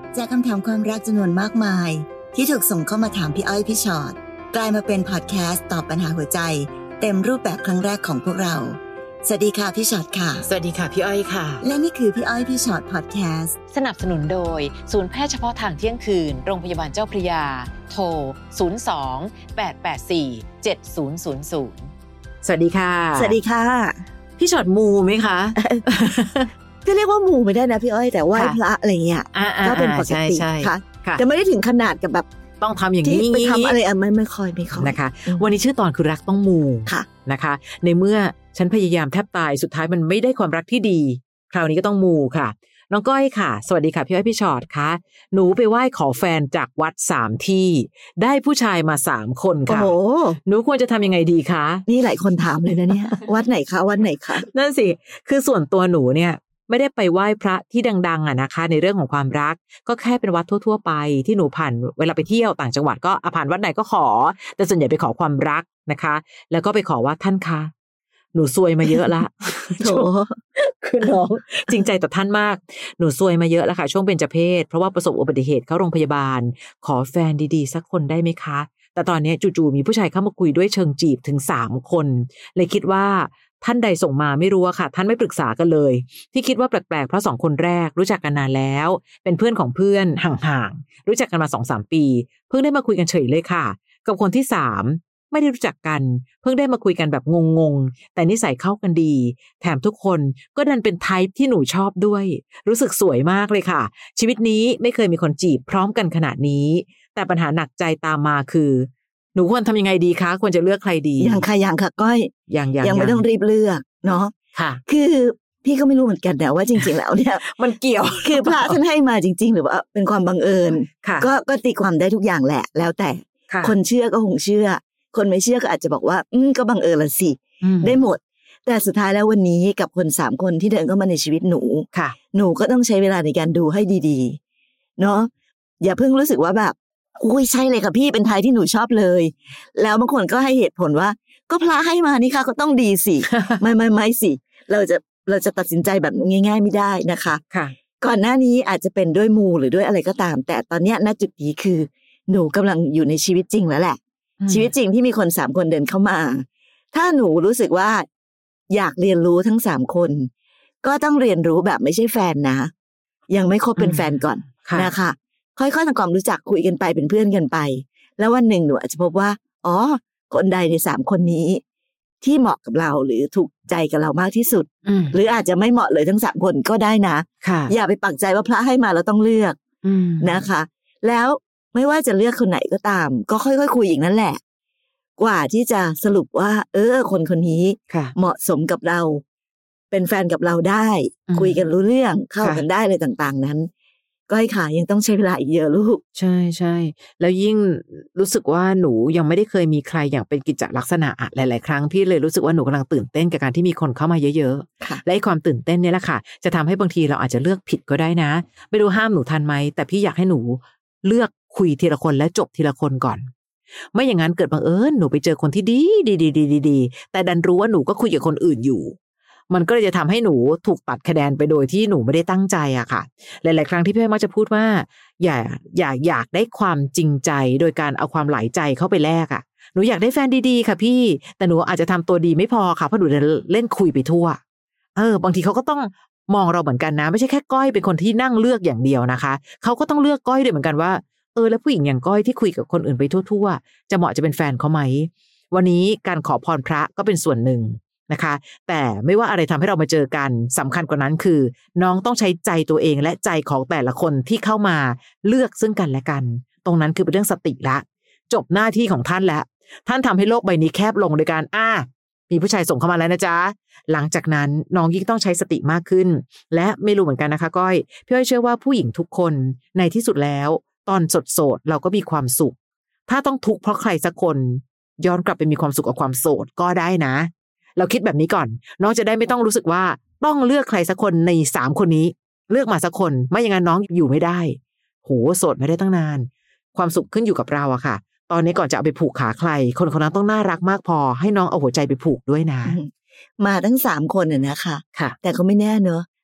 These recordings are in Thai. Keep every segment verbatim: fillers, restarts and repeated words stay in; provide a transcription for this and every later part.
จากคำถามความรักจำนวนมากมายที่ถูกส่งเข้ามาถามพี่อ้อยพี่ชอตกลายมาเป็นพอดแคสต์ตอบปัญหาหัวใจเต็มรูปแบบครั้งแรกของพวกเราสวัสดีค่ะพี่ชอตค่ะสวัสดีค่ะพี่อ้อยค่ะและนี่คือพี่อ้อยพี่ชอตพอดแคสต์สนับสนุนโดยศูนย์แพทย์เฉพาะทางเที่ยงคืนโรงพยาบาลเจ้าพระยาโทรศูนย์ สอง แปด แปด สี่ เจ็ด ศูนย์ ศูนย์ ศูนย์สวัสดีค่ะสวัสดีค่ะพี่ชอตมูไหมคะก็เรียกว่ามูไม่ได้นะพี่อ้อยแต่ไหว้พระอะไรเงี้ยก็เป็นปกติค่ะแต่ไม่ได้ถึงขนาดกับแบบต้องทำอย่างนี้ไปทำอะไรอ่ะไม่ไม่ค่อยไม่ค่อยนะคะวันนี้ชื่อตอนคือรักต้องมูนะคะในเมื่อฉันพยายามแทบตายสุดท้ายมันไม่ได้ความรักที่ดีคราวนี้ก็ต้องมูค่ะน้องก้อยค่ะสวัสดีค่ะพี่อ้อยพี่ชอตค่ะหนูไปไหว้ขอแฟนจากวัดสามที่ได้ผู้ชายมาสามคนค่ะหนูควรจะทำยังไงดีคะนี่หลายคนถามเลยนะเนี่ยวัดไหนคะวัดไหนคะนั่นสิคือส่วนตัวหนูเนี่ยไม่ได้ไปไหว้พระที่ดังๆอ่ะนะคะในเรื่องของความรักก็แค่เป็นวัดทั่วๆไปที่หนูผ่านเวลาไปเที่ยวต่างจังหวัดก็ผ่านวัดไหนก็ขอแต่ส่วนใหญ่ไปขอความรักนะคะแล้วก็ไปขอว่าท่านคะหนูซวยมาเยอะละโถคือน้องจริงใจต่อท่านมากหนูซวยมาเยอะแล้วค่ะช่วงเบญจเพสเพราะว่าประสบอุบัติเหตุเข้าโรงพยาบาลขอแฟนดีๆสักคนได้ไหมคะแต่ตอนนี้จู่ๆมีผู้ชายเข้ามาคุยด้วยเชิงจีบถึงสามคนเลยคิดว่าท่านใดส่งมาไม่รู้อะค่ะท่านไม่ปรึกษากันเลยที่คิดว่าแปลกๆเพราะสองคนแรกรู้จักกันนานแล้วเป็นเพื่อนของเพื่อนห่างๆรู้จักกันมา สองสาม ปีเพิ่งได้มาคุยกันเฉยเลยค่ะกับคนที่สามไม่ได้รู้จักกันเพิ่งได้มาคุยกันแบบงงๆแต่นิสัยเข้ากันดีแถมทุกคนก็ดันเป็นไทป์ที่หนูชอบด้วยรู้สึกสวยมากเลยค่ะชีวิตนี้ไม่เคยมีคนจีบพร้อมกันขนาดนี้แต่ปัญหาหนักใจตามมาคือหนูควรทำยังไงดีคะควรจะเลือกใครดียังค่ะยังค่ะก้อยยังยังยังไม่ต้องรีบเลือกเนาะค่ะคือพี่ก็ไม่รู้เหมือนกันนะว่าจริงๆแล้วเนี่ยมันเกี่ยวคือพระท่านให้มาจริงๆหรือว่าเป็นความบังเอิญก็ก็ตีความได้ทุกอย่างแหละแล้วแต่คนเชื่อก็คงเชื่อคนไม่เชื่อก็อาจจะบอกว่าอืมก็บังเอิญละสิได้หมดแต่สุดท้ายแล้ววันนี้กับคนสามคนที่เดินเข้ามาในชีวิตหนูหนูก็ต้องใช้เวลาในการดูให้ดีๆเนาะอย่าเพิ่งรู้สึกว่าแบบอุ้ยใช่เลยค่ะพี่เป็นไทยที่หนูชอบเลยแล้วบางคนก็ให้เหตุผลว่าก็พระให้มานี่ค่ะก็ต้องดีสิ ไม่ไม่ไม่สิเราจะเราจะตัดสินใจแบบง่ายๆไม่ได้นะคะค่ะก่อนหน้านี้อาจจะเป็นด้วยมูหรือด้วยอะไรก็ตามแต่ตอนนี้ณจุดนี้คือหนูกำลังอยู่ในชีวิตจริงแล้วแหละชีวิตจริงที่มีคนสามคนเดินเข้ามาถ้าหนูรู้สึกว่าอยากเรียนรู้ทั้งสามคนก็ต้องเรียนรู้แบบไม่ใช่แฟนนะยังไม่คบเป็นแฟนก่อนนะคะค่อยๆทำความรู้จักคุยกันไปเป็นเพื่อนกันไปแล้ววันหนึ่งหนูอาจจะพบว่าอ๋อคนใดในสามคนนี้ที่เหมาะกับเราหรือถูกใจกับเรามากที่สุดหรืออาจจะไม่เหมาะเลยทั้งสามคนก็ได้นะอย่าไปปักใจว่าพระให้มาเราต้องเลือกนะคะแล้วไม่ว่าจะเลือกคนไหนก็ตามก็ค่อยๆคุยอย่างนั้นแหละกว่าที่จะสรุปว่าเออคนคนนี้เหมาะสมกับเราเป็นแฟนกับเราได้คุยกันรู้เรื่องเข้ากันได้เลยต่างๆนั้นก้อยค่ะยังต้องใช้เวลาอีกเยอะลูกใช่ใช่แล้วยิ่งรู้สึกว่าหนูยังไม่ได้เคยมีใครอย่างเป็นกิจลักษณะหลายๆครั้งพี่เลยรู้สึกว่าหนูกำลังตื่นเต้นกับการที่มีคนเข้ามาเยอะๆและความตื่นเต้นนี่แหละค่ะจะทำให้บางทีเราอาจจะเลือกผิดก็ได้นะไม่รู้ห้ามหนูทันไหมแต่พี่อยากให้หนูเลือกคุยทีละคนและจบทีละคนก่อนไม่อย่างนั้นเกิดบังเอิญหนูไปเจอคนที่ดีดีดีดีดีดีแต่ดันรู้ว่าหนูก็คุยกับคนอื่นอยู่มันก็เลยจะทำให้หนูถูกตัดคะแนนไปโดยที่หนูไม่ได้ตั้งใจอะค่ะหลายๆครั้งที่พี่มักจะพูดว่าอย่าอย่าอยากได้ความจริงใจโดยการเอาความหลายใจเข้าไปแลกอะหนูอยากได้แฟนดีๆค่ะพี่แต่หนูอาจจะทำตัวดีไม่พอค่ะเพราะหนูเล่นคุยไปทั่วเออบางทีเขาก็ต้องมองเราเหมือนกันนะไม่ใช่แค่ก้อยเป็นคนที่นั่งเลือกอย่างเดียวนะคะเขาก็ต้องเลือกก้อยด้วยเหมือนกันว่าเออแล้วผู้หญิงอย่างก้อยที่คุยกับคนอื่นไปทั่วๆจะเหมาะจะเป็นแฟนเขาไหมวันนี้การขอพรพระก็เป็นส่วนหนึ่งนะคะแต่ไม่ว่าอะไรทำให้เรามาเจอกันสำคัญกว่านั้นคือน้องต้องใช้ใจตัวเองและใจของแต่ละคนที่เข้ามาเลือกซึ่งกันและกันตรงนั้นคือเป็นเรื่องสติละจบหน้าที่ของท่านแล้วท่านทำให้โลกใบนี้แคบลงโดยการอ่ามีผู้ชายส่งเข้ามาแล้วนะจ๊ะหลังจากนั้นน้องยิ่งต้องใช้สติมากขึ้นและไม่รู้เหมือนกันนะคะก้อยพี่อ้อยเชื่อว่าผู้หญิงทุกคนในที่สุดแล้วตอนโสดๆเราก็มีความสุขถ้าต้องทุกข์เพราะใครสักคนย้อนกลับไปมีความสุขกับความโสดก็ได้นะเราคิดแบบนี้ก่อนน้องจะได้ไม่ต้องรู้สึกว่าต้องเลือกใครสักคนในสามคนนี้เลือกมาสักคนไม่อย่างนั้นน้องอยู่ไม่ได้โหโสดไม่ได้ตั้งนานความสุขขึ้นอยู่กับเราอะค่ะตอนนี้ก่อนจะเอาไปผูกขาใครคนคนนั้นต้องน่ารักมากพอให้น้องเอาหัวใจไปผูกด้วยนะมาทั้งสามคนน่ะนะคะแต่ก็ไม่แน่เนอะ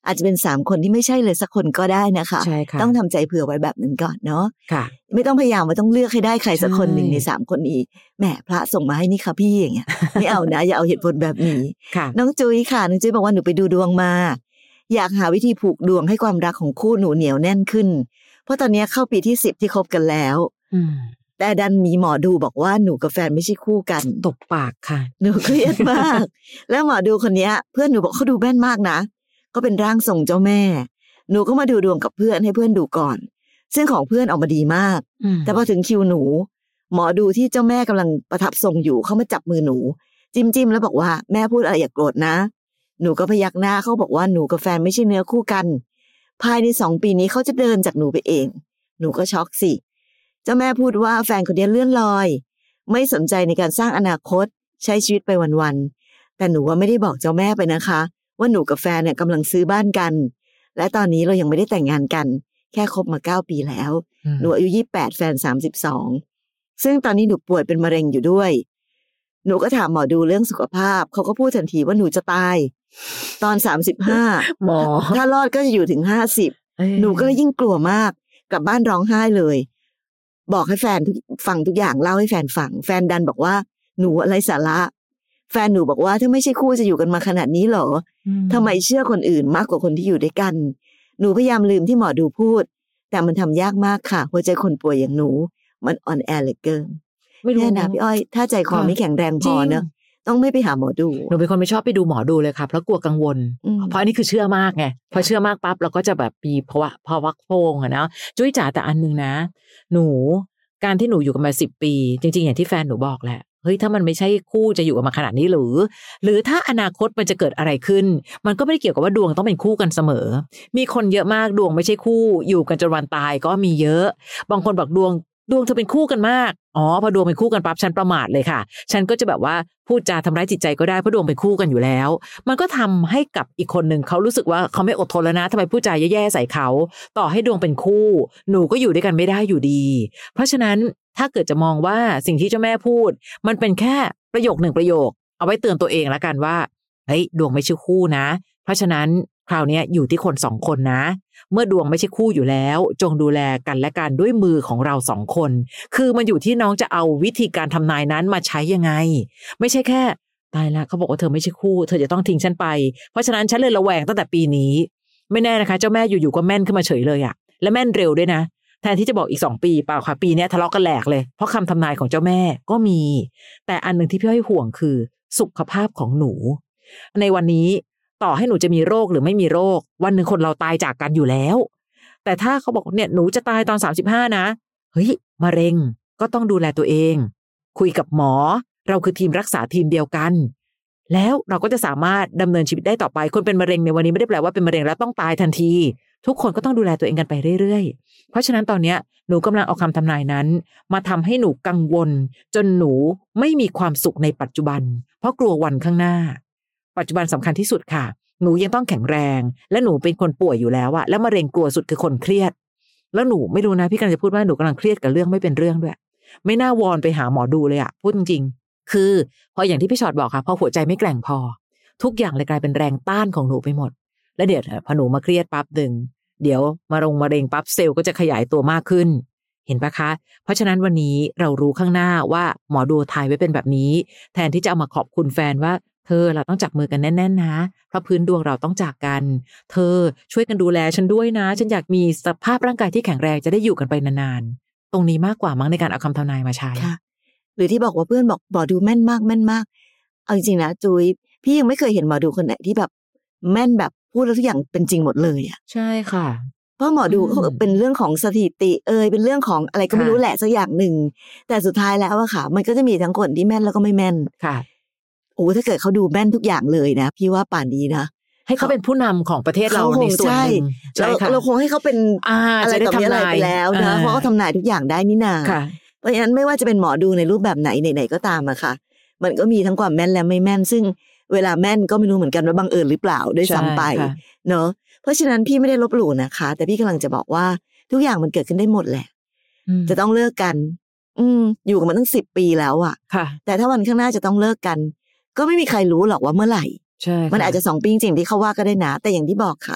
อาจจะเป็นสามคนที่ไม่ใช่เลยสักคนก็ได้นะคะใช่ค่ะต้องทำใจเผื่อไว้แบบนั้นก่อนเนาะค่ะไม่ต้องพยายามว่าต้องเลือกให้ได้ใครสักคนหนึ่งในสามคนนี้แหมพระส่งมาให้นี่ค่ะพี่อย่างเงี้ย ไม่เอานะอย่าเอาเหตุผลแบบนี้น้องจุ้ยค่ะน้องจุ้ยบอกว่าหนูไปดูดวงมาอยากหาวิธีผูกดวงให้ความรักของคู่หนูเหนียวแน่นขึ้นเพราะตอนนี้เข้าปีที่สิบที่คบกันแล้วแต่ดันมีหมอดูบอกว่าหนูกับแฟนไม่ใช่คู่กันตบปากค่ะหนูเครียดมากแล้วหมอดูคนนี้เพื่อนหนูบอกเขาดูแม่นมากนะก็เป็นร่างทรงเจ้าแม่หนูก็มาดูดวงกับเพื่อนให้เพื่อนดูก่อนซึ่งของเพื่อนออกมาดีมากแต่พอถึงคิวหนูหมอดูที่เจ้าแม่กำลังประทับทรงอยู่เขามาจับมือหนูจิ้มจิ้มแล้วบอกว่าแม่พูดอะไรอย่าโกรธนะหนูก็พยักหน้าเขาบอกว่าหนูกับแฟนไม่ใช่เนื้อคู่กันภายในสองปีนี้เขาจะเดินจากหนูไปเองหนูก็ช็อกสิเจ้าแม่พูดว่าแฟนคนนี้เลื่อนลอยไม่สนใจในการสร้างอนาคตใช้ชีวิตไปวันๆแต่หนูว่าไม่ได้บอกเจ้าแม่ไปนะคะว่าหนูกับแฟนเนี่ยกำลังซื้อบ้านกันและตอนนี้เรายังไม่ได้แต่งงานกันแค่คบมาเก้าปีแล้วหนูอายุยี่สิบแปดแฟนสามสิบสองซึ่งตอนนี้หนูป่วยเป็นมะเร็งอยู่ด้วยหนูก็ถามหมอดูเรื่องสุขภาพเขาก็พูดทันทีว่าหนูจะตายตอนสามสิบห้าหมอถ้ารอดก็จะอยู่ถึงห้าสิบหนูก็เลยยิ่งกลัวมากกลับบ้านร้องไห้เลยบอกให้แฟนฟังทุกอย่างเล่าให้แฟนฟังแฟนดันบอกว่าหนูอะไรสาระแฟนหนูบอกว่าถ้าไม่ใช่คู่จะอยู่กันมาขนาดนี้หรอทำไมเชื่อคนอื่นมากกว่าคนที่อยู่ด้วยกันหนูพยายามลืมที่หมอดูพูดแต่มันทำยากมากค่ะหัวใจคนป่วยอย่างหนูมันอ่อนแอเหลือเกินไม่รู้นะพี่อ้อยถ้าใจคอไม่แข็งแรงพอเนอะต้องไม่ไปหาหมอดูหนูเป็นคนไม่ชอบไปดูหมอดูเลยค่ะเพราะกลัวกังวลเพราะอันนี้คือเชื่อมากไงพอเชื่อมากปั๊บเราก็จะแบบมีภาวะภาวะโพงอะนะจุ้ยจ๋าแต่อันนึงนะหนูการที่หนูอยู่กันมาสิบปีจริงๆอย่างที่แฟนหนูบอกแหละเฮ้ยถ้ามันไม่ใช่คู่จะอยู่กันมาขนาดนี้หรือหรือถ้าอนาคตมันจะเกิดอะไรขึ้นมันก็ไม่ได้เกี่ยวกับว่าดวงต้องเป็นคู่กันเสมอมีคนเยอะมากดวงไม่ใช่คู่อยู่กันจนวันตายก็มีเยอะบางคนบอกดวงดวงเธอเป็นคู่กันมากอ๋อพอดวงเป็นคู่กันปั๊บฉันประมาทเลยค่ะฉันก็จะแบบว่าพูดจาทำร้ายจิตใจก็ได้เพราะดวงเป็นคู่กันอยู่แล้วมันก็ทำให้กับอีกคนหนึ่งเขารู้สึกว่าเขาไม่อดทนแล้วนะทำไมพูดจาแย่ๆใส่เขาต่อให้ดวงเป็นคู่หนูก็อยู่ด้วยกันไม่ได้อยู่ดีเพราะฉะนั้นถ้าเกิดจะมองว่าสิ่งที่เจ้าแม่พูดมันเป็นแค่ประโยคหนึ่งประโยคเอาไว้เตือนตัวเองแล้วกันว่าเฮ้ยดวงไม่ใช่คู่นะเพราะฉะนั้นคราวนี้อยู่ที่คนสองคนนะเมื่อดวงไม่ใช่คู่อยู่แล้วจงดูแลกันและกันด้วยมือของเราสองคนคือมันอยู่ที่น้องจะเอาวิธีการทำนายนั้นมาใช้ยังไงไม่ใช่แค่ตายละเขาบอกว่าเธอไม่ใช่คู่เธอจะต้องทิ้งฉันไปเพราะฉะนั้นฉันเลยระแวงตั้งแต่ปีนี้ไม่แน่นะคะเจ้าแม่อยู่ๆก็แม่นขึ้นมาเฉยเลยอะและแม่นเร็วด้วยนะแทนที่จะบอกอีกสองปีเปล่าค่ะปีนี้ทะเลาะกันแหลกเลยเพราะคำทำนายของเจ้าแม่ก็มีแต่อันนึงที่พี่อ้อยห่วงคือสุขภาพของหนูในวันนี้ต่อให้หนูจะมีโรคหรือไม่มีโรควันหนึ่งคนเราตายจากกันอยู่แล้วแต่ถ้าเขาบอกเนี่ยหนูจะตายตอนสามสิบห้านะเฮ้ยมะเร็งก็ต้องดูแลตัวเองคุยกับหมอเราคือทีมรักษาทีมเดียวกันแล้วเราก็จะสามารถดำเนินชีวิตได้ต่อไปคนเป็นมะเร็งในวันนี้ไม่ได้แปลว่าเป็นมะเร็งแล้วต้องตายทันทีทุกคนก็ต้องดูแลตัวเองกันไปเรื่อยๆเพราะฉะนั้นตอนนี้หนูกำลังเอาคำทำนายนั้นมาทำให้หนูกังวลจนหนูไม่มีความสุขในปัจจุบันเพราะกลัววันข้างหน้าปัจจุบันสำคัญที่สุดค่ะหนูยังต้องแข็งแรงและหนูเป็นคนป่วยอยู่แล้วอะแล้วมะเร็งกลัวสุดคือคนเครียดแล้วหนูไม่รู้นะพี่กำลังจะพูดว่าหนูกำลังเครียดกับเรื่องไม่เป็นเรื่องด้วยไม่น่าวอนไปหาหมอดูเลยอะพูดจริงๆคือพออย่างที่พี่ชอตบอกค่ะพอหัวใจไม่แกร่งพอทุกอย่างเลยกลายเป็นแรงต้านของหนูไปหมดและเดี๋ยวพอหนูมาเครียดปั๊บดึงเดี๋ยวมาลงมะเร็งปั๊บเซลล์ก็จะขยายตัวมากขึ้นเห็นปะคะเพราะฉะนั้นวันนี้เรารู้ข้างหน้าว่าหมอดูทายไว้เป็นแบบนี้แทนที่จะเอามาขอบคุณแฟนว่าเธอเราต้องจับมือกันแน่นๆนะเพราะพื้นดวงเราต้องจากกันเธอช่วยกันดูแลฉันด้วยนะฉันอยากมีสภาพร่างกายที่แข็งแรงจะได้อยู่กันไปนานๆตรงนี้มากกว่ามั้งในการเอาคำทำนายมาใช้หรือที่บอกว่าเพื่อนบอกหมอดูแม่นมากแม่นมากเอาจริงๆนะจุ๊ยพี่ยังไม่เคยเห็นหมอดูคนไหนที่แบบแม่นแบบพูดแล้วทุกอย่างเป็นจริงหมดเลยอ่ะใช่ค่ะเพราะหมอดูเขาเป็นเรื่องของสถิติเอ่ยเป็นเรื่องของอะไรก็ไม่รู้แหละสักอย่างหนึ่งแต่สุดท้ายแล้วอะค่ะมันก็จะมีทั้งคนที่แม่นแล้วก็ไม่แม่นค่ะโอ้ถ้าเกิดเขาดูแม่นทุกอย่างเลยนะพี่ว่าป่านนี้นะให้เขาเป็นผู้นำของประเทศเราในส่วนหนึ่งใช่เราคงให้เขาเป็นอะไรต่อมีอะไรไปแล้วนะเพราะเขาทำนายทุกอย่างได้นี่นาเพราะฉะนั้นไม่ว่าจะเป็นหมอดูในรูปแบบไหนไหนๆก็ตามอะค่ะมันก็มีทั้งความแม่นและไม่แม่นซึ่งเวลาแม่นก็ไม่รู้เหมือนกันว่าบังเอิญหรือเปล่าด้วยซ้ำไปเนาะเพราะฉะนั้นพี่ไม่ได้ลบหลู่นะคะแต่พี่กำลังจะบอกว่าทุกอย่างมันเกิดขึ้นได้หมดแหละจะต้องเลิกกันอืมอยู่กันมาตั้งสิบปีแล้วอะแต่ถ้าวันข้างหน้าจะต้องเลิกกันก็ไม่มีใครรู้หรอกว่าเมื่อไหร่มันอาจจะสองปีจริงๆที่เขาว่าก็ได้นะแต่อย่างที่บอกค่ะ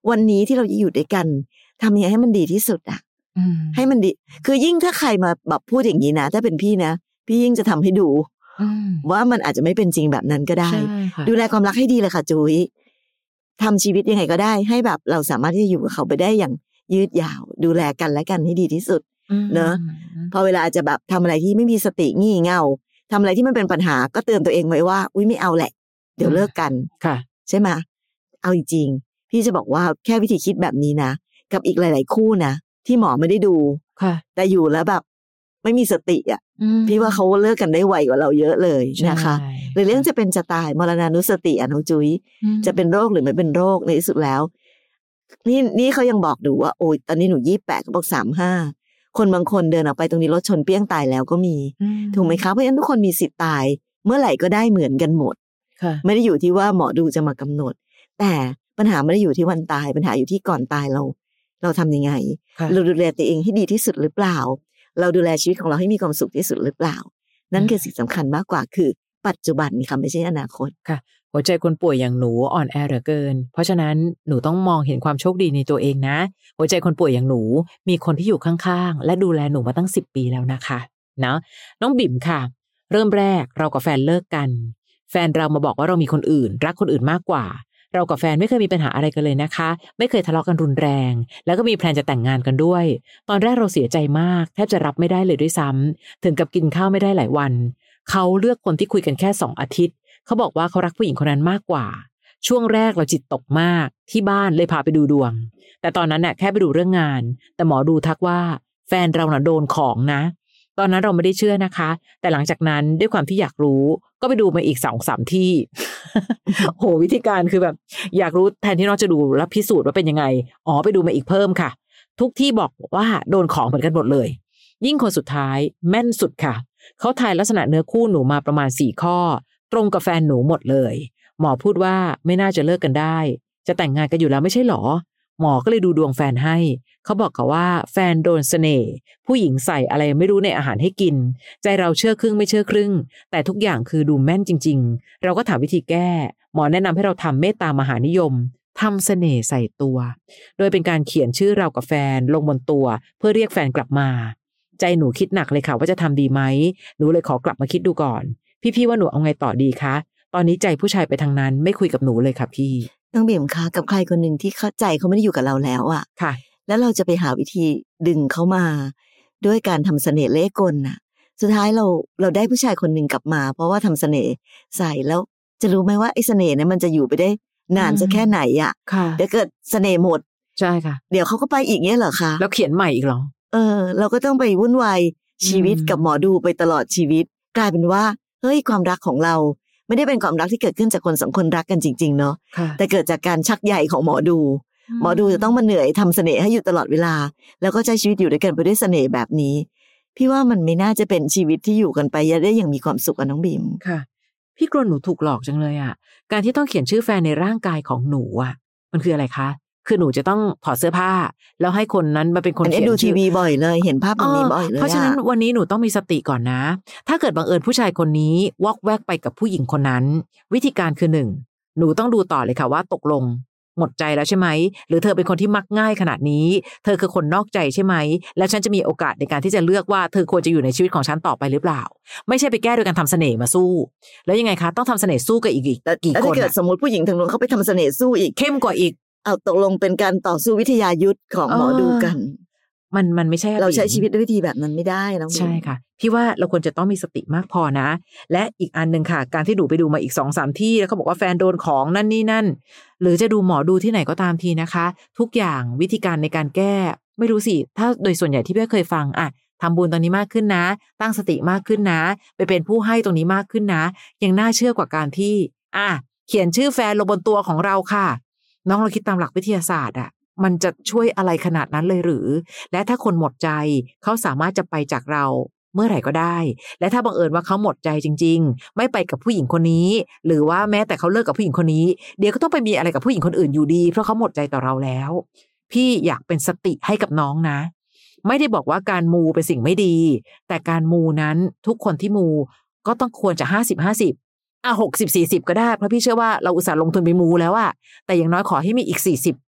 วันนี้ที่เราอยู่ด้วยกันทำยังไงให้มันดีที่สุดอ่ะให้มันดีคือยิ่งถ้าใครมาแบบพูดอย่างนี้นะถ้าเป็นพี่นะพี่ยิ่งจะทำให้ดูว่ามันอาจจะไม่เป็นจริงแบบนั้นก็ได้ดูแลความรักให้ดีเลยค่ะจุ๋ยทำชีวิตยังไงก็ได้ให้แบบเราสามารถที่จะอยู่กับเขาไปได้อย่างยืดยาวดูแลกันและกันให้ดีที่สุดเนอะพอเวลาจะแบบทำอะไรที่ไม่มีสติงี่เง่าทำอะไรที่มันเป็นปัญหาก็เตือนตัวเองไว้ว่าอุ้ยไม่เอาแหละเดี๋ยวเลิกกันค่ะใช่ไหมเอาจริงๆพี่จะบอกว่าแค่วิธีคิดแบบนี้นะกับอีกหลายๆคู่นะที่หมอไม่ได้ดูแต่อยู่แล้วแบบไม่มีสติอ่ะพี่ว่าเขาเลิกกันได้ไวกว่าเราเยอะเลยนะคะหรือเรื่องจะเป็นจะตายมรณานุสติอ่ะน้องจุ๋ยจะเป็นโรคหรือไม่เป็นโรคในที่สุดแล้วนี่นี่เขายังบอกดูว่าโอ้ยตอนนี้หนูยี่สิบแปดเขาบอกสามห้าคนบางคนเดินออกไปตรงนี้รถชนเปี้ยงตายแล้วก็มีถูกไหมคะเพราะฉะนั้นทุกคนมีสิทธิ์ตายเมื่อไหร่ก็ได้เหมือนกันหมดไม่ได้อยู่ที่ว่าหมอดูจะมากำหนดแต่ปัญหาไม่ได้อยู่ที่วันตายปัญหาอยู่ที่ก่อนตายเราเราทำยังไงเราดูแลตัวเองให้ดีที่สุดหรือเปล่าเราดูแลชีวิตของเราให้มีความสุขที่สุดหรือเปล่านั่นคือสิ่งสำคัญมากกว่าคือปัจจุบันนี่ค่ะไม่ใช่อนาคตค่ะหัวใจคนป่วยอย่างหนูอ่อนแอเหลือเกินเพราะฉะนั้นหนูต้องมองเห็นความโชคดีในตัวเองนะหัวใจคนป่วยอย่างหนูมีคนที่อยู่ข้างๆและดูแลหนูมาตั้งสิบปีแล้วนะคะนะน้องบิ่มค่ะเริ่มแรกเรากับแฟนเลิกกันแฟนเรามาบอกว่าเรามีคนอื่นรักคนอื่นมากกว่าเรากับแฟนไม่เคยมีปัญหาอะไรกันเลยนะคะไม่เคยทะเลาะกันรุนแรงแล้วก็มีแพลนจะแต่งงานกันด้วยตอนแรกเราเสียใจมากแทบจะรับไม่ได้เลยด้วยซ้ำถึงกับกินข้าวไม่ได้หลายวันเขาเลือกคนที่คุยกันแค่สองอาทิตย์เขาบอกว่าเขารักผู้หญิงคนนั้นมากกว่าช่วงแรกเราจิตตกมากที่บ้านเลยพาไปดูดวงแต่ตอนนั้นน่ะแค่ไปดูเรื่องงานแต่หมอดูทักว่าแฟนเราน่ะโดนของนะตอนนั้นเราไม่ได้เชื่อนะคะแต่หลังจากนั้นด้วยความที่อยากรู้ก็ไปดูมาอีกสองสามที่ โหวิธีการคือแบบอยากรู้แทนที่น้องจะดูแล้วพิสูจน์ว่าเป็นยังไงอ๋อไปดูมาอีกเพิ่มค่ะทุกที่บอกว่าโดนของเหมือนกันหมดเลยยิ่งคนสุดท้ายแม่นสุดค่ะเขาทายลักษณะเนื้อคู่หนูมาประมาณสี่ข้อตรงกับแฟนหนูหมดเลยหมอพูดว่าไม่น่าจะเลิกกันได้จะแต่งงานกันอยู่แล้วไม่ใช่หรอหมอก็เลยดูดวงแฟนให้เขาบอกเขาว่าแฟนโดนเสน่ห์ผู้หญิงใส่อะไรไม่รู้ในอาหารให้กินใจเราเชื่อครึ่งไม่เชื่อครึ่งแต่ทุกอย่างคือดูแม่นจริงๆเราก็ถามวิธีแก้หมอแนะนำให้เราทำเมตตามหานิยมทำเสน่ห์ใส่ตัวโดยเป็นการเขียนชื่อเรากับแฟนลงบนตัวเพื่อเรียกแฟนกลับมาใจหนูคิดหนักเลยค่ะว่าจะทำดีไหมหนูเลยขอกลับมาคิดดูก่อนพี่ๆว่าหนูเอาไงต่อดีคะตอนนี้ใจผู้ชายไปทางนั้นไม่คุยกับหนูเลยค่ะพี่น้องบิ่มคะกับใครคนหนึ่งที่เข้าใจเขาไม่ได้อยู่กับเราแล้วอ่ะค่ะแล้วเราจะไปหาวิธีดึงเขามาด้วยการทำเสน่ห์เล่ห์กลน่ะสุดท้ายเราเราได้ผู้ชายคนหนึ่งกลับมาเพราะว่าทำเสน่ห์ใส่แล้วจะรู้ไหมว่าไอ้เสน่ห์เนี่ยมันจะอยู่ไปได้นานสักแค่ไหนอ่ะเดี๋ยวเกิดเสน่ห์หมดใช่ค่ะเดี๋ยวเขาก็ไปอีกเงี้ยเหรอคะแล้วเขียนใหม่อีกเหรอเออเราก็ต้องไปวุ่นวายชีวิตกับหมอดูไปตลอดชีวิตกลายเป็นว่าเฮ้ยความรักของเราไม่ได้เป็นความรักที่เกิดขึ้นจากคนสองคนรักกันจริงๆเนาะแต่เกิดจากการชักใยของหมอดูหมอดูจะต้องมาเหนื่อยทำเสน่ห์ให้อยู่ตลอดเวลาแล้วก็ใช้ชีวิตอยู่ด้วยกันไปด้วยเสน่ห์แบบนี้พี่ว่ามันไม่น่าจะเป็นชีวิตที่อยู่กันไปได้อย่างมีความสุขกับน้องบีมค่ะพี่กลัวหนูถูกหลอกจังเลยอ่ะการที่ต้องเขียนชื่อแฟนในร่างกายของหนูอ่ะมันคืออะไรคะคือหนูจะต้องถอดเสื้อผ้าแล้วให้คนนั้นมาเป็นคนเขียนชื่อดูทีวีบ่อยเลยเห็นภาพแบบนี้บ่อยเลยเพราะฉะนั้นวันนี้หนูต้องมีสติก่อนนะถ้าเกิดบังเอิญผู้ชายคนนี้วอกแวกไปกับผู้หญิงคนนั้นวิธีการคือหนึ่งหนูต้องดูต่อเลยค่ะว่าตกลงหมดใจแล้วใช่ไหมหรือเธอเป็นคนที่มักง่ายขนาดนี้เธอคือคนนอกใจใช่ไหมแล้วฉันจะมีโอกาสในการที่จะเลือกว่าเธอควรจะอยู่ในชีวิตของฉันต่อไปหรือเปล่าไม่ใช่ไปแก้โดยการทำเสน่ห์มาสู้แล้วยังไงคะต้องทำเสน่ห์สู้กับอีกกี่คนถ้าเกิดสมมติผู้หญิงทางนู้นเขาไปทำเสน่ห์สู้อีกเข้มกว่าอีกเอาตกลงเป็นการต่อสู้วิทยายุทธของหมอดูกันมันมันไม่ใช่เราใช้ชีวิตด้วยวิธีแบบนั้นไม่ได้น้องใช่ค่ะพี่ว่าเราควรจะต้องมีสติมากพอนะและอีกอันนึงค่ะการที่ดูไปดูมาอีก สองสาม ที่แล้วเขาบอกว่าแฟนโดนของนั่นนี่นั่นหรือจะดูหมอดูที่ไหนก็ตามทีนะคะทุกอย่างวิธีการในการแก้ไม่รู้สิถ้าโดยส่วนใหญ่ที่พี่เคยฟังอะทำบุญตอนนี้มากขึ้นนะตั้งสติมากขึ้นนะไปเป็นผู้ให้ตรงนี้มากขึ้นนะยังน่าเชื่อกว่าการที่อ่ะเขียนชื่อแฟนลงบนตัวของเราค่ะน้องเราคิดตามหลักวิทยาศาสตร์อะมันจะช่วยอะไรขนาดนั้นเลยหรือและถ้าคนหมดใจเขาสามารถจะไปจากเราเมื่อไหร่ก็ได้และถ้าบังเอิญว่าเขาหมดใจจริงๆไม่ไปกับผู้หญิงคนนี้หรือว่าแม้แต่เขาเลิกกับผู้หญิงคนนี้เดี๋ยวก็ต้องไปมีอะไรกับผู้หญิงคนอื่นอยู่ดีเพราะเขาหมดใจต่อเราแล้วพี่อยากเป็นสติให้กับน้องนะไม่ได้บอกว่าการมูเป็นสิ่งไม่ดีแต่การมูนั้นทุกคนที่มูก็ต้องควรจะห้าสิบ ห้าสิบอ่ะหกสิบ สี่สิบก็ได้เพราะพี่เชื่อว่าเราอุตส่าห์ลงทุนไปมูแล้วอะแต่อย่างน้อยขอให้มีอีกสี่สิบ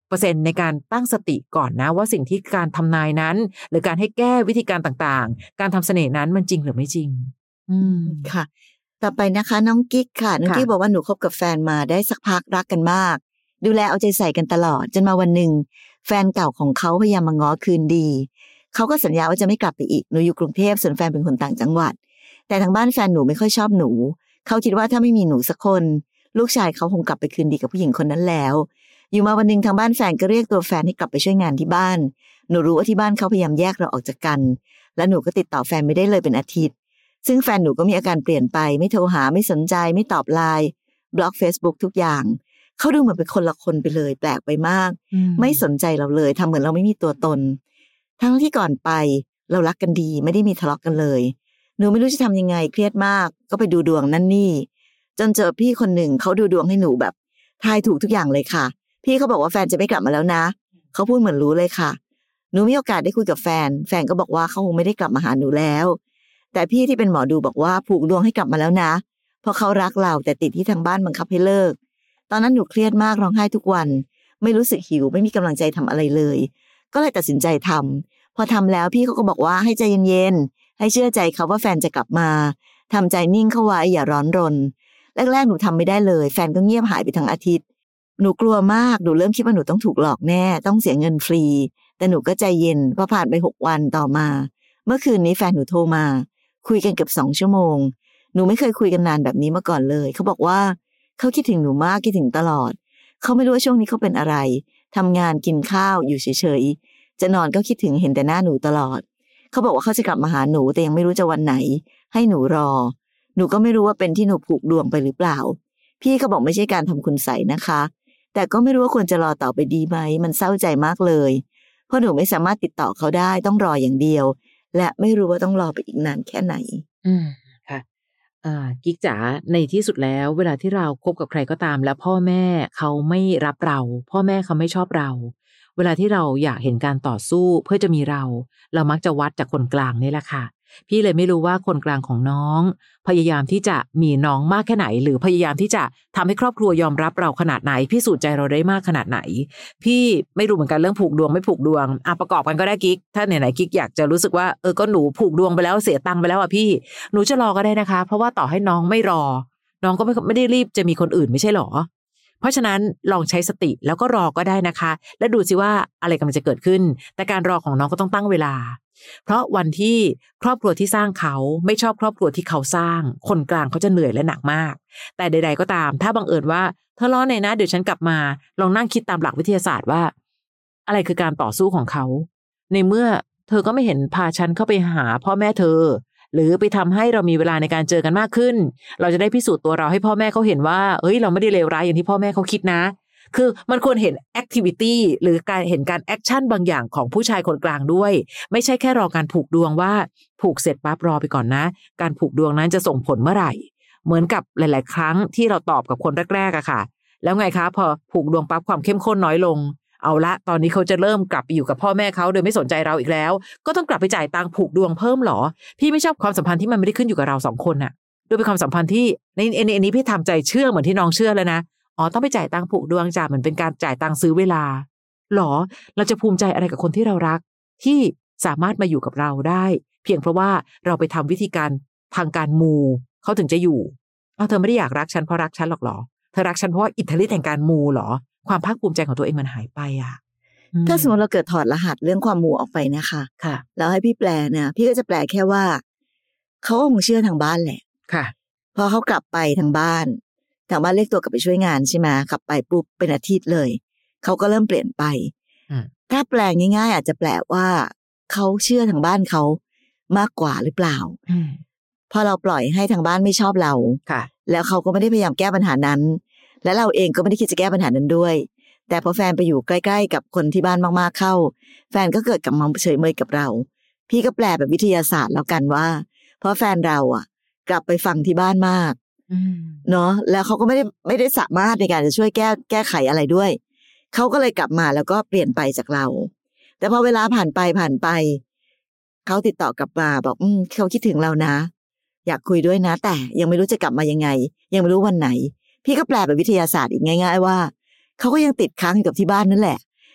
เปอร์เซ็นต์ในการตั้งสติก่อนนะว่าสิ่งที่การทำนายนั้นหรือการให้แก้วิธีการต่างๆการทำเสน่ห์นั้นมันจริงหรือไม่จริงอืมค่ะต่อไปนะคะน้องกิ๊กค่ะน้องกิ๊กบอกว่าหนูคบกับแฟนมาได้สักพักรักกันมากดูแลเอาใจใส่กันตลอดจนมาวันหนึ่งแฟนเก่าของเขาพยายามมาง้อคืนดีเขาก็สัญญาว่าจะไม่กลับไปอีกหนูอยู่กรุงเทพส่วนแฟนเป็นคนต่างจังหวัดแต่ทางบ้านแฟนหนูไม่ค่อยชอบหนูเขาคิดว่าถ้าไม่มีหนูสักคนลูกชายเขาคงกลับไปคืนดีกับผู้หญิงคนนั้นแล้วอยู่มาวันนึงทางบ้านแฟนก็เรียกตัวแฟนให้กลับไปช่วยงานที่บ้านหนูรู้ว่าที่บ้านเขาพยายามแยกเราออกจากกันและหนูก็ติดต่อแฟนไม่ได้เลยเป็นอาทิตย์ซึ่งแฟนหนูก็มีอาการเปลี่ยนไปไม่โทรหาไม่สนใจไม่ตอบไลน์บล็อก Facebook ทุกอย่างเขาดูเหมือนเป็นคนละคนไปเลยแปลกไปมากไม่สนใจเราเลยทำเหมือนเราไม่มีตัวตนทั้งที่ก่อนไปเรารักกันดีไม่ได้มีทะเลาะกันเลยหนูไม่รู้จะทำยังไงเครียดมากก็ไปดูดวงนั่นนี่จนเจอพี่คนหนึ่งเขาดูดวงให้หนูแบบทายถูกทุกอย่างเลยค่ะพี่เขาบอกว่าแฟนจะไม่กลับมาแล้วนะเขาพูดเหมือนรู้เลยค่ะหนูมีโอกาสได้คุยกับแฟนแฟนก็บอกว่าเขาคงไม่ได้กลับมาหาหนูแล้วแต่พี่ที่เป็นหมอดูบอกว่าผูกดวงให้กลับมาแล้วนะเพราะเขารักเราแต่ติดที่ทางบ้านบังคับให้เลิกตอนนั้นหนูเครียดมากร้องไห้ทุกวันไม่รู้สึกหิวไม่มีกำลังใจทำอะไรเลยก็เลยตัดสินใจทำพอทำแล้วพี่เขาก็บอกว่าให้ใจเย็นๆให้เชื่อใจเขาว่าแฟนจะกลับมาทำใจนิ่งเข้าไว้อย่าร้อนรนแรกๆหนูทำไม่ได้เลยแฟนก็เงียบหายไปทั้งอาทิตย์หนูกลัวมากหนูเริ่มคิดว่าหนูต้องถูกหลอกแน่ต้องเสียเงินฟรีแต่หนูก็ใจเย็นพอผ่านไปหกวันต่อมาเมื่อคืนนี้แฟนหนูโทรมาคุยกันเกือบสองชั่วโมงหนูไม่เคยคุยกันนานแบบนี้มาก่อนเลยเขาบอกว่าเขาคิดถึงหนูมากคิดถึงตลอดเขาไม่รู้ว่าช่วงนี้เขาเป็นอะไรทำงานกินข้าวอยู่เฉยๆจะนอนก็คิดถึงเห็นแต่หน้าหนูตลอดเขาบอกว่าเขาจะกลับมาหาหนูแต่ยังไม่รู้จะวันไหนให้หนูรอหนูก็ไม่รู้ว่าเป็นที่หนูผูกดวงไปหรือเปล่าพี่เขาบอกไม่ใช่การทำคุณใส่นะคะแต่ก็ไม่รู้ว่าควรจะรอต่อไปดีไหมมันเศร้าใจมากเลยเพราะหนูไม่สามารถติดต่อเขาได้ต้องรออย่างเดียวและไม่รู้ว่าต้องรอไปอีกนานแค่ไหนอืมค่ะอ่ากิ๊กจ๋าในที่สุดแล้วเวลาที่เราคบกับใครก็ตามแล้วพ่อแม่เขาไม่รับเราพ่อแม่เขาไม่ชอบเราเวลาที่เราอยากเห็นการต่อสู้เพื่อจะมีเราเรามักจะวัดจากคนกลางนี่แหละค่ะพี่เลยไม่รู้ว่าคนกลางของน้องพยายามที่จะมีน้องมากแค่ไหนหรือพยายามที่จะทำให้ครอบครัวยอมรับเราขนาดไหนพิสูจน์ใจเราได้มากขนาดไหนพี่ไม่รู้เหมือนกันเรื่องผูกดวงไม่ผูกดวงอ่ะประกอบกันก็ได้กิ๊กถ้าไหนๆกิ๊กอยากจะรู้สึกว่าเออก็หนูผูกดวงไปแล้วเสียตังค์ไปแล้วอ่ะพี่หนูจะรอก็ได้นะคะเพราะว่าต่อให้น้องไม่รอน้องก็ไม่ไม่ได้รีบจะมีคนอื่นไม่ใช่หรอเพราะฉะนั้นลองใช้สติแล้วก็รอก็ได้นะคะและดูสิว่าอะไรกำลังจะเกิดขึ้นแต่การรอของน้องก็ต้องตั้งเวลาเพราะวันที่ครอบครัวที่สร้างเขาไม่ชอบครอบครัวที่เขาสร้างคนกลางเขาจะเหนื่อยและหนักมากแต่ใดๆก็ตามถ้าบังเอิญว่าเธอรอหน่อยนะเดี๋ยวฉันกลับมาลองนั่งคิดตามหลักวิทยาศาสตร์ว่าอะไรคือการต่อสู้ของเขาในเมื่อเธอก็ไม่เห็นพาฉันเข้าไปหาพ่อแม่เธอหรือไปทำให้เรามีเวลาในการเจอกันมากขึ้นเราจะได้พิสูจน์ตัวเราให้พ่อแม่เขาเห็นว่าเอ้ยเราไม่ได้เลวร้ายอย่างที่พ่อแม่เขาคิดนะคือมันควรเห็นแอคทิวิตี้หรือการเห็นการแอคชั่นบางอย่างของผู้ชายคนกลางด้วยไม่ใช่แค่รอการผูกดวงว่าผูกเสร็จปั๊บรอไปก่อนนะการผูกดวงนั้นจะส่งผลเมื่อไหร่เหมือนกับหลายๆครั้งที่เราตอบกับคนแรกๆอะค่ะแล้วไงคะพอผูกดวงปั๊บความเข้มข้นน้อยลงเอาละตอนนี้เขาจะเริ่มกลับไปอยู่กับพ่อแม่เขาโดยไม่สนใจเราอีกแล้วก็ต้องกลับไปจ่ายตังค์ผูกดวงเพิ่มหรอพี่ไม่ชอบความสัมพันธ์ที่มันไม่ได้ขึ้นอยู่กับเราสองคนน่ะโดยเป็นความสัมพันธ์ที่ในในนี้พี่ทำใจเชื่อเหมือนที่น้องเชื่อแล้วนะอ๋อต้องไปจ่ายตังค์ผูกดวงจ่าเหมือนเป็นการจ่ายตังค์ซื้อเวลาหรอเราจะภูมิใจอะไรกับคนที่เรารักที่สามารถมาอยู่กับเราได้เพียงเพราะว่าเราไปทำวิธีการทางการมูเขาถึงจะอยู่อ้าวเธอไม่ได้อยากรักฉันเพราะรักฉันหรอกหรอเธอรักฉันเพราะว่าอิทธิฤทธิ์แห่งการมูหรอความภาคภูมิใจของตัวเองมันหายไปอ่ะถ้าสมมติเราเกิดถอดรหัสเรื่องความมูออกไปนะคะค่ะแล้วให้พี่แปลเนี่ยพี่ก็จะแปลแค่ว่าเขาคงเชื่อทางบ้านแหละค่ะพอเขากลับไปทางบ้านทางบ้านเรียกตัวกลับไปช่วยงานใช่ไหมกลับไปปุ๊บเป็นอาทิตย์เลยเขาก็เริ่มเปลี่ยนไปถ้าแปลง่ายๆอาจจะแปลว่าเขาเชื่อทางบ้านเขามากกว่าหรือเปล่าพอเราปล่อยให้ทางบ้านไม่ชอบเราแล้วเขาก็ไม่ได้พยายามแก้ปัญหานั้นและเราเองก็ไม่ได้คิดจะแก้ปัญหานั้นด้วยแต่พอแฟนไปอยู่ใกล้ๆกับคนที่บ้านมากๆเข้าแฟนก็เกิดกลับมาเฉยเมยกับเราพี่ก็แปลแบบวิทยาศาสตร์แล้วกันว่าเพราะแฟนเราอ่ะกลับไปฟังที่บ้านมากเนาะแล้วเขาก็ไม่ได้ไม่ได้สามารถในการจะช่วยแก้แก้ไขอะไรด้วยเขาก็เลยกลับมาแล้วก็เปลี่ยนไปจากเราแต่พอเวลาผ่านไปผ่านไปเขาติดต่อกลับมาบอกอืมเขาคิดถึงเรานะอยากคุยด้วยนะแต่ยังไม่รู้จะกลับมายังไงยังไม่รู้วันไหนพี่ก็แปลแบบวิทยาศาสตร์อีกง่ายๆว่าเขาก็ยังติดค้างอยู่กับที่บ้านนั่นแหละ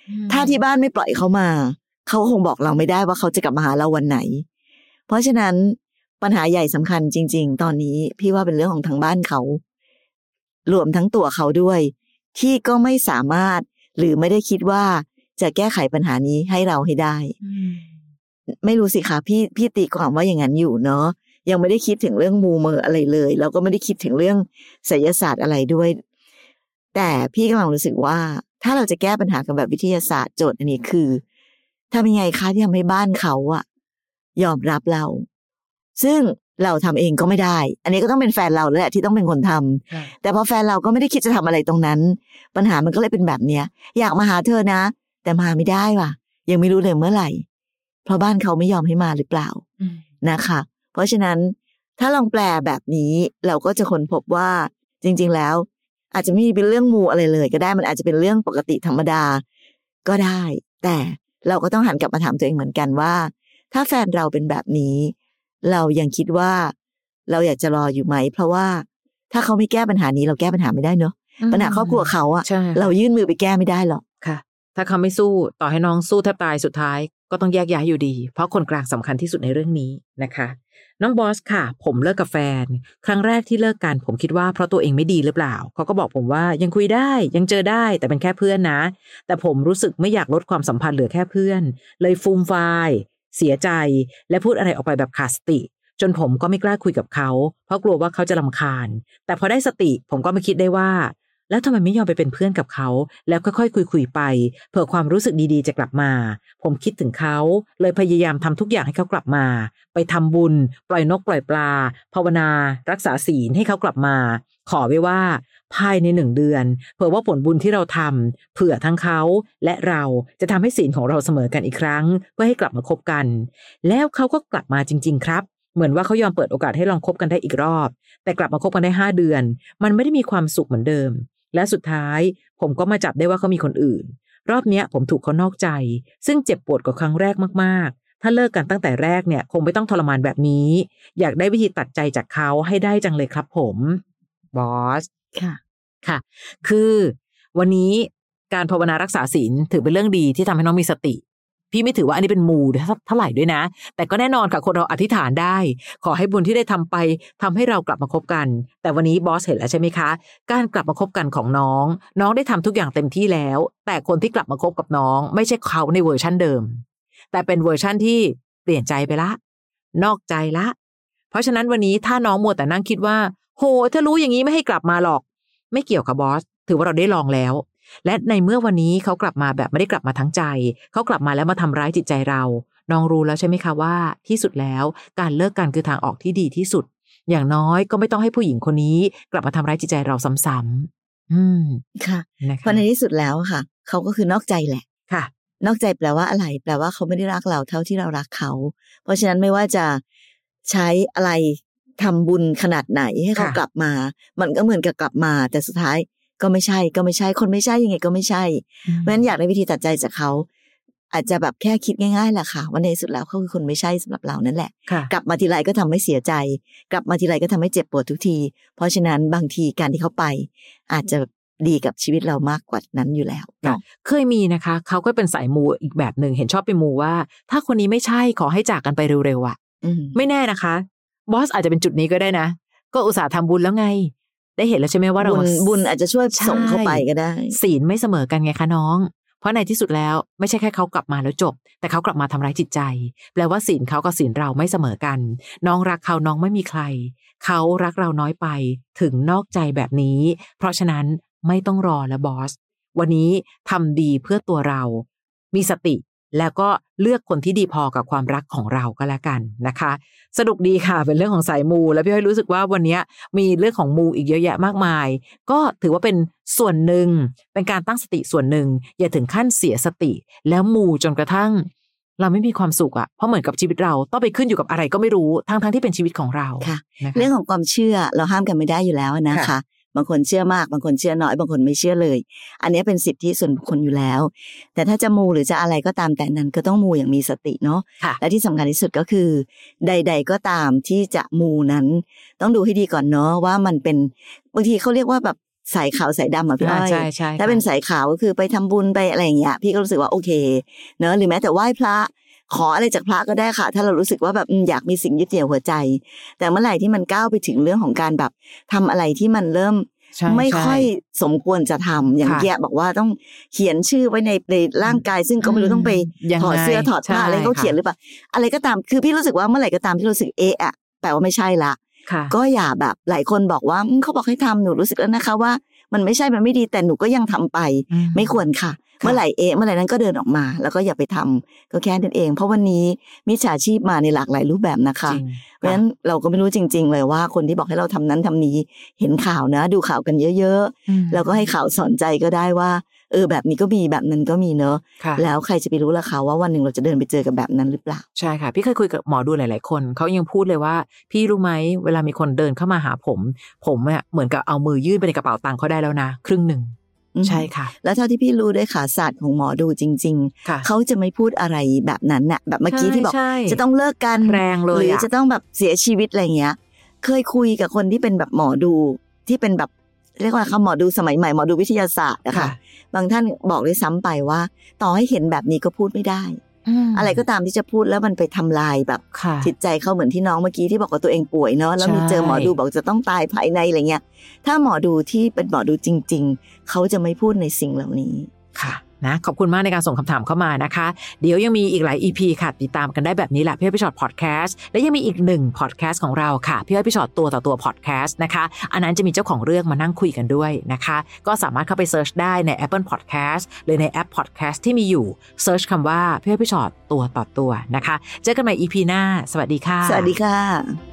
ถ้าที่บ้านไม่ปล่อยเขามาเขาคงบอกเราไม่ได้ว่าเขาจะกลับมาหาเราวันไหนเพราะฉะนั้นปัญหาใหญ่สำคัญจริงๆตอนนี้พี่ว่าเป็นเรื่องของทางบ้านเขารวมทั้งตัวเขาด้วยที่ก็ไม่สามารถหรือไม่ได้คิดว่าจะแก้ไขปัญหานี้ให้เราให้ได้ไม่รู้สิคะพี่พี่ตีความว่าอย่างนั้นอยู่เนาะยังไม่ได้คิดถึงเรื่องมูเมออะไรเลยแล้วก็ไม่ได้คิดถึงเรื่องไสยศาสตร์อะไรด้วยแต่พี่กำลังรู้สึกว่าถ้าเราจะแก้ปัญหากันแบบวิทยาศาสตร์โจทย์อันนี้คือทำยังไงคะที่ทำให้บ้านเขาอะยอมรับเราซึ่งเราทำเองก็ไม่ได้อันนี้ก็ต้องเป็นแฟนเราแหละที่ต้องเป็นคนทำแต่พอแฟนเราก็ไม่ได้คิดจะทำอะไรตรงนั้นปัญหามันก็เลยเป็นแบบเนี้ยอยากมาหาเธอนะแต่มาไม่ได้ว่ะยังไม่รู้เลยเมื่อไหร่เพราะบ้านเขาไม่ยอมให้มาหรือเปล่านะคะเพราะฉะนั้นถ้าลองแปลแบบนี้เราก็จะค้นพบว่าจริงๆแล้วอาจจะไม่เป็นเรื่องมูอะไรเลยก็ได้มันอาจจะเป็นเรื่องปกติธรรมดาก็ได้แต่เราก็ต้องหันกลับมาถามตัวเองเหมือนกันว่าถ้าแฟนเราเป็นแบบนี้เรายังคิดว่าเราอยากจะรออยู่ไหมเพราะว่าถ้าเขาไม่แก้ปัญหานี้เราแก้ปัญหาไม่ได้เนอะปัญหาครอบครัวเขาอะเรายื่นมือไปแก้ไม่ได้หรอกค่ะถ้าเขาไม่สู้ต่อให้น้องสู้แทบตายสุดท้ายก็ต้องแยกย้ายอยู่ดีเพราะคนกลางสำคัญที่สุดในเรื่องนี้นะคะน้องบอสค่ะผมเลิกกับแฟนครั้งแรกที่เลิกกันผมคิดว่าเพราะตัวเองไม่ดีหรือเปล่าเขาก็บอกผมว่ายังคุยได้ยังเจอได้แต่เป็นแค่เพื่อนนะแต่ผมรู้สึกไม่อยากลดความสัมพันธ์เหลือแค่เพื่อนเลยฟูมฟายเสียใจและพูดอะไรออกไปแบบขาดสติจนผมก็ไม่กล้าคุยกับเขาเพราะกลัวว่าเขาจะรำคาญแต่พอได้สติผมก็มาคิดได้ว่าแล้วทำไมไม่ยอมไปเป็นเพื่อนกับเขาแล้วค่อยๆคุยๆไปเผื่อความรู้สึกดีๆจะกลับมาผมคิดถึงเขาเลยพยายามทำทุกอย่างให้เขากลับมาไปทำบุญปล่อยนกปล่อยปลาภาวนารักษาศีลให้เขากลับมาขอไว้ว่าภายในหนึ่งเดือนเผื่อว่าผลบุญที่เราทำเผื่อทั้งเขาและเราจะทำให้ศีลของเราเสมอกันอีกครั้งเพื่อให้กลับมาคบกันแล้วเขาก็กลับมาจริงๆครับเหมือนว่าเขายอมเปิดโอกาสให้ลองคบกันได้อีกรอบแต่กลับมาคบกันได้ห้าเดือนมันไม่ได้มีความสุขเหมือนเดิมและสุดท้ายผมก็มาจับได้ว่าเขามีคนอื่นรอบนี้ผมถูกเขานอกใจซึ่งเจ็บปวดกว่าครั้งแรกมากๆถ้าเลิกกันตั้งแต่แรกเนี่ยคงไม่ต้องทรมานแบบนี้อยากได้วิธีตัดใจจากเขาให้ได้จังเลยครับผมบอสค่ะค่ะคือวันนี้การภาวนารักษาศีลถือเป็นเรื่องดีที่ทำให้น้องมีสติพี่ไม่ถือว่าอันนี้เป็นมูเท่าไหร่ด้วยนะแต่ก็แน่นอนค่ะคนเราอธิษฐานได้ขอให้บุญที่ได้ทำไปทำให้เรากลับมาคบกันแต่วันนี้บอสเห็นแล้วใช่ไหมคะการกลับมาคบกันของน้องน้องได้ทำทุกอย่างเต็มที่แล้วแต่คนที่กลับมาคบกับน้องไม่ใช่เขาในเวอร์ชั่นเดิมแต่เป็นเวอร์ชั่นที่เปลี่ยนใจไปละนอกใจละเพราะฉะนั้นวันนี้ถ้าน้องมัวแต่นั่งคิดว่าโหถ้ารู้อย่างนี้ไม่ให้กลับมาหรอกไม่เกี่ยวกับบอสถือว่าเราได้ลองแล้วและในเมื่อวันนี้เขากลับมาแบบไม่ได้กลับมาทั้งใจเขากลับมาแล้วมาทำร้ายจิตใจเราน้องรู้แล้วใช่ไหมคะว่าที่สุดแล้วการเลิกกันคือทางออกที่ดีที่สุดอย่างน้อยก็ไม่ต้องให้ผู้หญิงคนนี้กลับมาทำร้ายจิตใจเราซ้ำๆอืมค่ะเพราะในที่สุดแล้วค่ะเขาก็คือนอกใจแหละค่ะนอกใจแปลว่าอะไรแปลว่าเขาไม่ได้รักเราเท่าที่เรารักเขาเพราะฉะนั้นไม่ว่าจะใช้อะไรทำบุญขนาดไหนให้เขากลับมามันก็เหมือนกับกลับมาแต่สุดท้ายก็ไม่ใช่ก็ไม่ใช่คนไม่ใช่ยังไงก็ไม่ใช่เพราะฉะนั้นอยากได้วิธีตัดใจจากเขาอาจจะแบบแค่คิดง่ายๆแหละค่ะว่าในสุดแล้วเขาคือคนไม่ใช่สำหรับเรานั่นแหละกลับมาทีไรก็ทำให้เสียใจกลับมาทีไรก็ทำให้เจ็บปวดทุกทีเพราะฉะนั้นบางทีการที่เขาไปอาจจะดีกับชีวิตเรามากกว่านั้นอยู่แล้วเนาะเคยมีนะคะเขาก็เป็นสายมูอีกแบบหนึ่งเห็นชอบไปมูว่าถ้าคนนี้ไม่ใช่ขอให้จากกันไปเร็วๆอ่ะไม่แน่นะคะบอสอาจจะเป็นจุดนี้ก็ได้นะก็อุตส่าห์ทำบุญแล้วไงได้เห็นแล้วใช่ไหมว่าเราบุญอาจจะช่วยส่งเข้าไปก็ได้ศีลไม่เสมอกันไงคะน้องเพราะในที่สุดแล้วไม่ใช่แค่เขากลับมาแล้วจบแต่เขากลับมาทำร้ายจิตใจแปลว่าศีลเขากับศีลเราไม่เสมอกันน้องรักเขาน้องไม่มีใครเขารักเราน้อยไปถึงนอกใจแบบนี้เพราะฉะนั้นไม่ต้องรอแล้วบอสวันนี้ทำดีเพื่อตัวเรามีสติแล้วก็เลือกคนที่ดีพอกับความรักของเราก็แล้วกันนะคะสนุกดีค่ะเป็นเรื่องของสายมูแล้วพี่อ้อยรู้สึกว่าวันนี้มีเรื่องของมูอีกเยอะแยะมากมายก็ถือว่าเป็นส่วนหนึ่งเป็นการตั้งสติส่วนหนึ่งอย่าถึงขั้นเสียสติแล้วมูจนกระทั่งเราไม่มีความสุขอ่ะเพราะเหมือนกับชีวิตเราต้องไปขึ้นอยู่กับอะไรก็ไม่รู้ทั้งทั้งที่เป็นชีวิตของเราค่ะเรื่องของความเชื่อเราห้ามกันไม่ได้อยู่แล้วนะคะบางคนเชื่อมากบางคนเชื่อน้อยบางคนไม่เชื่อเลยอันนี้เป็นสิทธิส่วนบุคคลอยู่แล้วแต่ถ้าจะมูหรือจะอะไรก็ตามแต่นั้นก็ต้องมูอย่างมีสติเนาะและที่สำคัญที่สุดก็คือใดๆก็ตามที่จะมูนั้นต้องดูให้ดีก่อนเนาะว่ามันเป็นบางทีเขาเรียกว่าแบบสายขาวสายดำอ่ะพี่อ้อยใช่ใช่ถ้าเป็นสายขาวก็คือไปทำบุญไปอะไรอย่างเงี้ยพี่ก็รู้สึกว่าโอเคเนอะหรือแม้แต่ไหว้พระขออะไรจากพระก็ได้ค่ะถ้าเรารู้สึกว่าแบบอยากมีสิ่งยึดเหนี่ยวหัวใจแต่เมื่อไหร่ที่มันก้าวไปถึงเรื่องของการแบบทำอะไรที่มันเริ่มไม่ค่อยสมควรจะทำอย่างเงี้ยบอกว่าต้องเขียนชื่อไว้ในในร่างกายซึ่งก็ไม่รู้ต้องไปถอดเสื้อถอดผ้าอะไรก็เขียนหรือเปล่าอะไรก็ตามคือพี่รู้สึกว่าเมื่อไหร่ก็ตามที่รู้สึกเอะอะแปลว่าไม่ใช่ละก็อย่าแบบหลายคนบอกว่าเขาบอกให้ทำหนูรู้สึกแล้วนะคะว่ามันไม่ใช่มันไม่ดีแต่หนูก็ยังทำไปไม่ควรค่ะเมื่อไหร่เอะเมื่อไหร่นั้นก็เดินออกมาแล้วก็อย่าไปทำก็แค่นั้นเองเพราะวันนี้มิจฉาชีพมาในหลากหลายรูปแบบนะคะเพราะฉะนั้นเราก็ไม่รู้จริงๆเลยว่าคนที่บอกให้เราทำนั้นทำนี้เห็นข่าวนะดูข่าวกันเยอะๆแล้วก็ให้ข่าวสอนใจก็ได้ว่าเออแบบนี้ก็มีแบบนั้นก็มีเนอะแล้วใครจะไปรู้ล่ะคะว่าวันหนึ่งเราจะเดินไปเจอกับแบบนั้นหรือเปล่าใช่ค่ะพี่เคยคุยกับหมอดูหลายๆคนเขายังพูดเลยว่าพี่รู้ไหมเวลามีคนเดินเข้ามาหาผมผมเนี่ยเหมือนกับเอามือยื่นไปในกระเป๋าตังค์เขาได้แล้วนะครึ่งหนึ่งใช่ค่ะแล้วเท่าที่พี่รู้ด้วยค่ะศาสตร์ของหมอดูจริงๆเขาจะไม่พูดอะไรแบบนั้นน่ะแบบเมื่อกี้ที่บอกจะต้องเลิกกันแรงเลยหรือจะต้องแบบเสียชีวิตอะไรเงี้ยเคยคุยกับคนที่เป็นแบบหมอดูที่เป็นแบบเรียกว่าคำหมอดูสมัยใหม่หมอดูวิทยาศาสตร์นะคะบางท่านบอกด้วยซ้ำไปว่าต่อให้เห็นแบบนี้ก็พูดไม่ได้อะไรก็ตามที่จะพูดแล้วมันไปทำลายแบบจิตใจเขาเหมือนที่น้องเมื่อกี้ที่บอกว่าตัวเองป่วยเนาะแล้วมีเจอหมอดูบอกจะต้องตายภายในอะไรเงี้ยถ้าหมอดูที่เป็นหมอดูจริงๆเขาจะไม่พูดในสิ่งเหล่านี้ค่ะนะขอบคุณมากในการส่งคำถามเข้ามานะคะเดี๋ยวยังมีอีกหลาย อี พี ค่ะติดตามกันได้แบบนี้แหละพี่อ้อยพี่ชอตพอดแคสต์และยังมีอีกหนึ่งพอดแคสต์ของเราค่ะพี่อ้อยพี่ชอตตัวต่อตัวพอดแคสต์นะคะอันนั้นจะมีเจ้าของเรื่องมานั่งคุยกันด้วยนะคะก็สามารถเข้าไปเซิร์ชได้ใน Apple Podcast หรือในแอป Podcast ที่มีอยู่เซิร์ชคำว่าพี่อ้อยพี่ชอตตัวต่อตัวนะคะเจอกันใหม่ อี พี หน้าสวัสดีค่ะสวัสดีค่ะ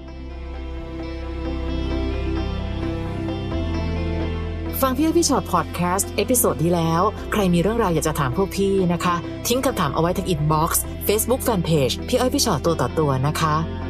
ฟังพี่อ้อยพี่ชอตพอดแคสต์เอพิโซดที่แล้วใครมีเรื่องราวอยากจะถามพวกพี่นะคะทิ้งคำถามเอาไว้ที่อินบ็อกซ์ Facebook Fanpage พี่อ้อยพี่ชอตตัวต่อตัวนะคะ